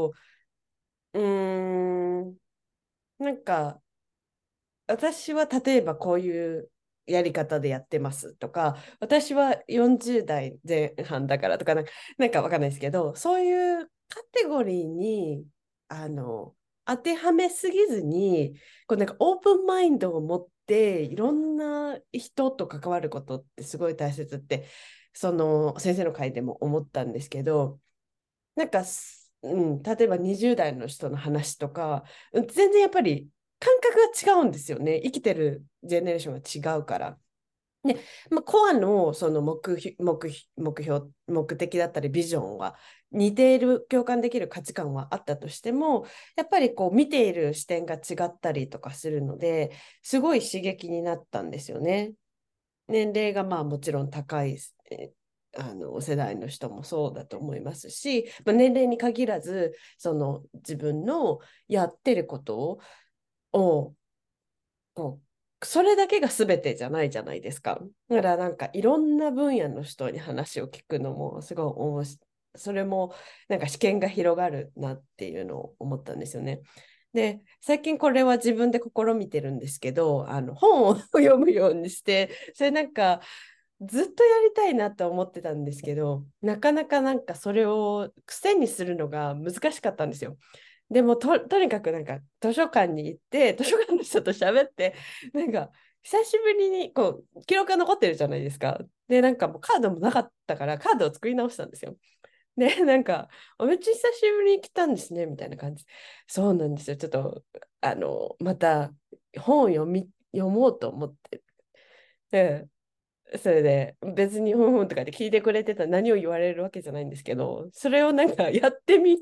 うなんか私は例えばこういうやり方でやってますとか、私は40代前半だからとか、なんかわかんないですけど、そういうカテゴリーにあの当てはめすぎずに、なんかオープンマインドを持っていろんな人と関わることってすごい大切って、その先生の会でも思ったんですけど、なんか例えば20代の人の話とか、全然やっぱり感覚が違うんですよね。生きてるジェネレーションが違うから。で、コアのその目的だったりビジョンは似ている、共感できる価値観はあったとしても、やっぱり見ている視点が違ったりとかするので、すごい刺激になったんですよね。年齢がもちろん高い、世代の人もそうだと思いますし、年齢に限らずその自分のやってることをそれだけが全てじゃないじゃないですか。だからなんかいろんな分野の人に話を聞くのもすごいそれもなんか視見が広がるなっていうのを思ったんですよね。で、最近これは自分で試みてるんですけど、本を読むようにして、それなんかずっとやりたいなと思ってたんですけど、なかなかなんかそれを癖にするのが難しかったんですよ。でもとにかくなんか図書館に行って、図書館の人と喋って、なんか久しぶりに記録が残ってるじゃないですか。で、なんかもうカードもなかったからカードを作り直したんですよ。で、なんか、めっちゃ久しぶりに来たんですね、みたいな感じ。そうなんですよ。ちょっと、また本を読もうと思って。で、それで、別にふんふんとかで聞いてくれてたら何を言われるわけじゃないんですけど、それをなんかやってみ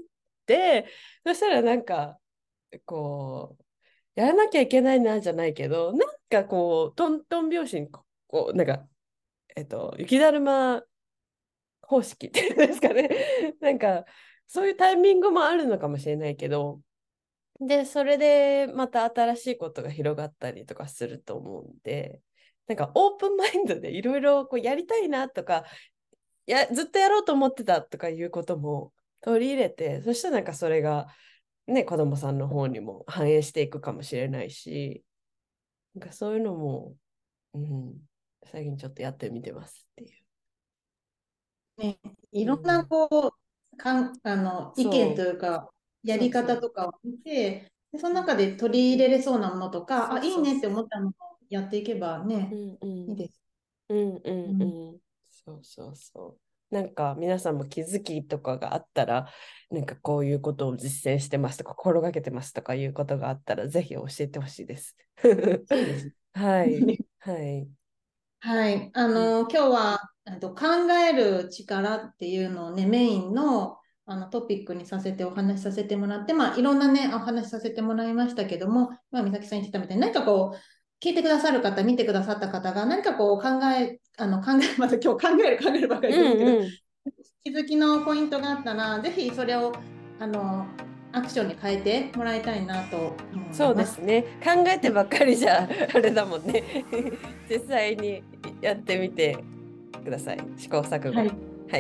て、そしたらなんかこうやらなきゃいけないなじゃないけど、なんかこうトントン拍子にこうなんか雪だるま方式っていうんですかね。なんかそういうタイミングもあるのかもしれないけど、でそれでまた新しいことが広がったりとかすると思うんで、なんかオープンマインドでいろいろやりたいなとか、ずっとやろうと思ってたとかいうことも取り入れて、そしたらなんかそれがね、子供さんの方にも反映していくかもしれないし、なんかそういうのも、うん、最近ちょっとやってみてますっていう。 ね、いろんなうん、 意見とそう、 いうか、やりそうそう。 方とかを見て、でそのうん、 中で取り入れれそうなものとか、あ、いいそうそうねって思ったのをやっていけばね、 うんうん。 いいです。 うんうんううん、 ん。そうそうそう。なんか皆さんも気づきとかがあったら、なんかこういうことを実践してますとか、心がけてますとかいうことがあったら、ぜひ教えてほしいです。 そうです。 はい。はい。 はい。 うん。 今日は、考える力っていうのをね、メインの、トピックにさせてお話しさせてもらって、まあ、いろんなね、お話しさせてもらいましたけども、まあ、美咲さん言ってたみたいに、何かこう、聞いてくださる方、見てくださった方が、何かこう、また今日考えるばかりう言ってますけど、 んうん。 気づきのポイントがあったら、ぜひそれを、あの、アクションに変えてもらいたいなと思いそうでます。 すね。考えてばっかりじゃあれだもんね。実際にやってみてください。試行錯誤。 はい。 はい。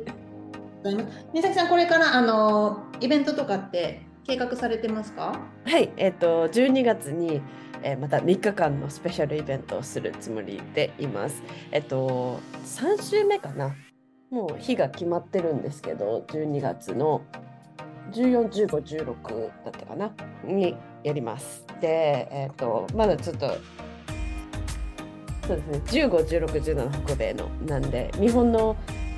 ございます。美咲さん、これからイベントとかって計画されてますか？ はい、12月に、また3日間のスペシャルイベントをするつもりでいます。3週目かな。もう日が決まってるんですけど、12月の14、15、16だったかなにやります。で、まだちょっと、そうですね、15、16、17北米のなんで、日本の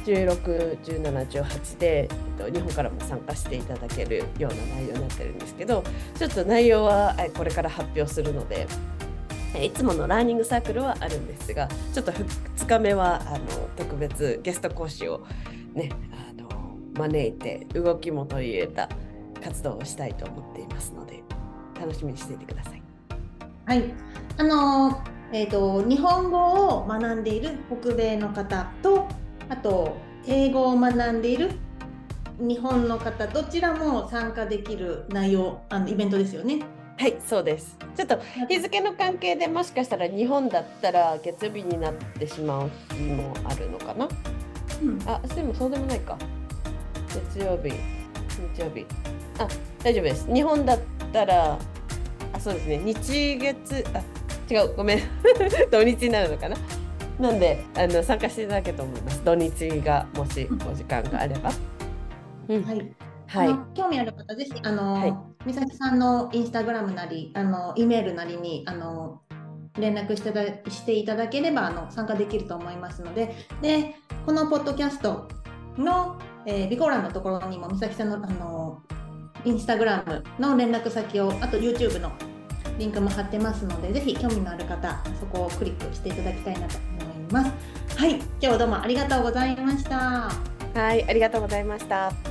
16、17、18で、日本からも参加していただけるような内容になってるんですけど、ちょっと内容はこれから発表するので、いつものラーニングサークルはあるんですが、ちょっと2日目は特別ゲスト講師を、ね、招いて動きも取り入れた活動をしたいと思っていますので、楽しみにしていてください。 はい。日本語を学んでいる北米の方と、あと、英語を学んでいる日本の方、どちらも参加できる内容、イベントですよね。 はい、そうです。ちょっと日付の関係でもしかしたら日本だったら月曜日になってしまう日もあるのかな。 うん、 あ、でもそうでもないか。月曜日、日曜日。あ、大丈夫です。日本だったら、そうですね。日月、違う、ごめん。土日になるのかな。なんで、参加していただけると思います。土日がもしお時間があれば。うん。 はい。 はい。 興味ある方、ぜひ、 はい。 美咲さんのインスタグラムなり、Eメールなりに、連絡していただければ、参加できると思いますので、で、このポッドキャストの、備考欄のところにも、美咲さんの、インスタグラムの連絡先を、あと YouTube のリンクも貼ってますので、ぜひ興味のある方、そこをクリックしていただきたいなと思います。はい、今日はどうもありがとうございました。 はい、ありがとうございました。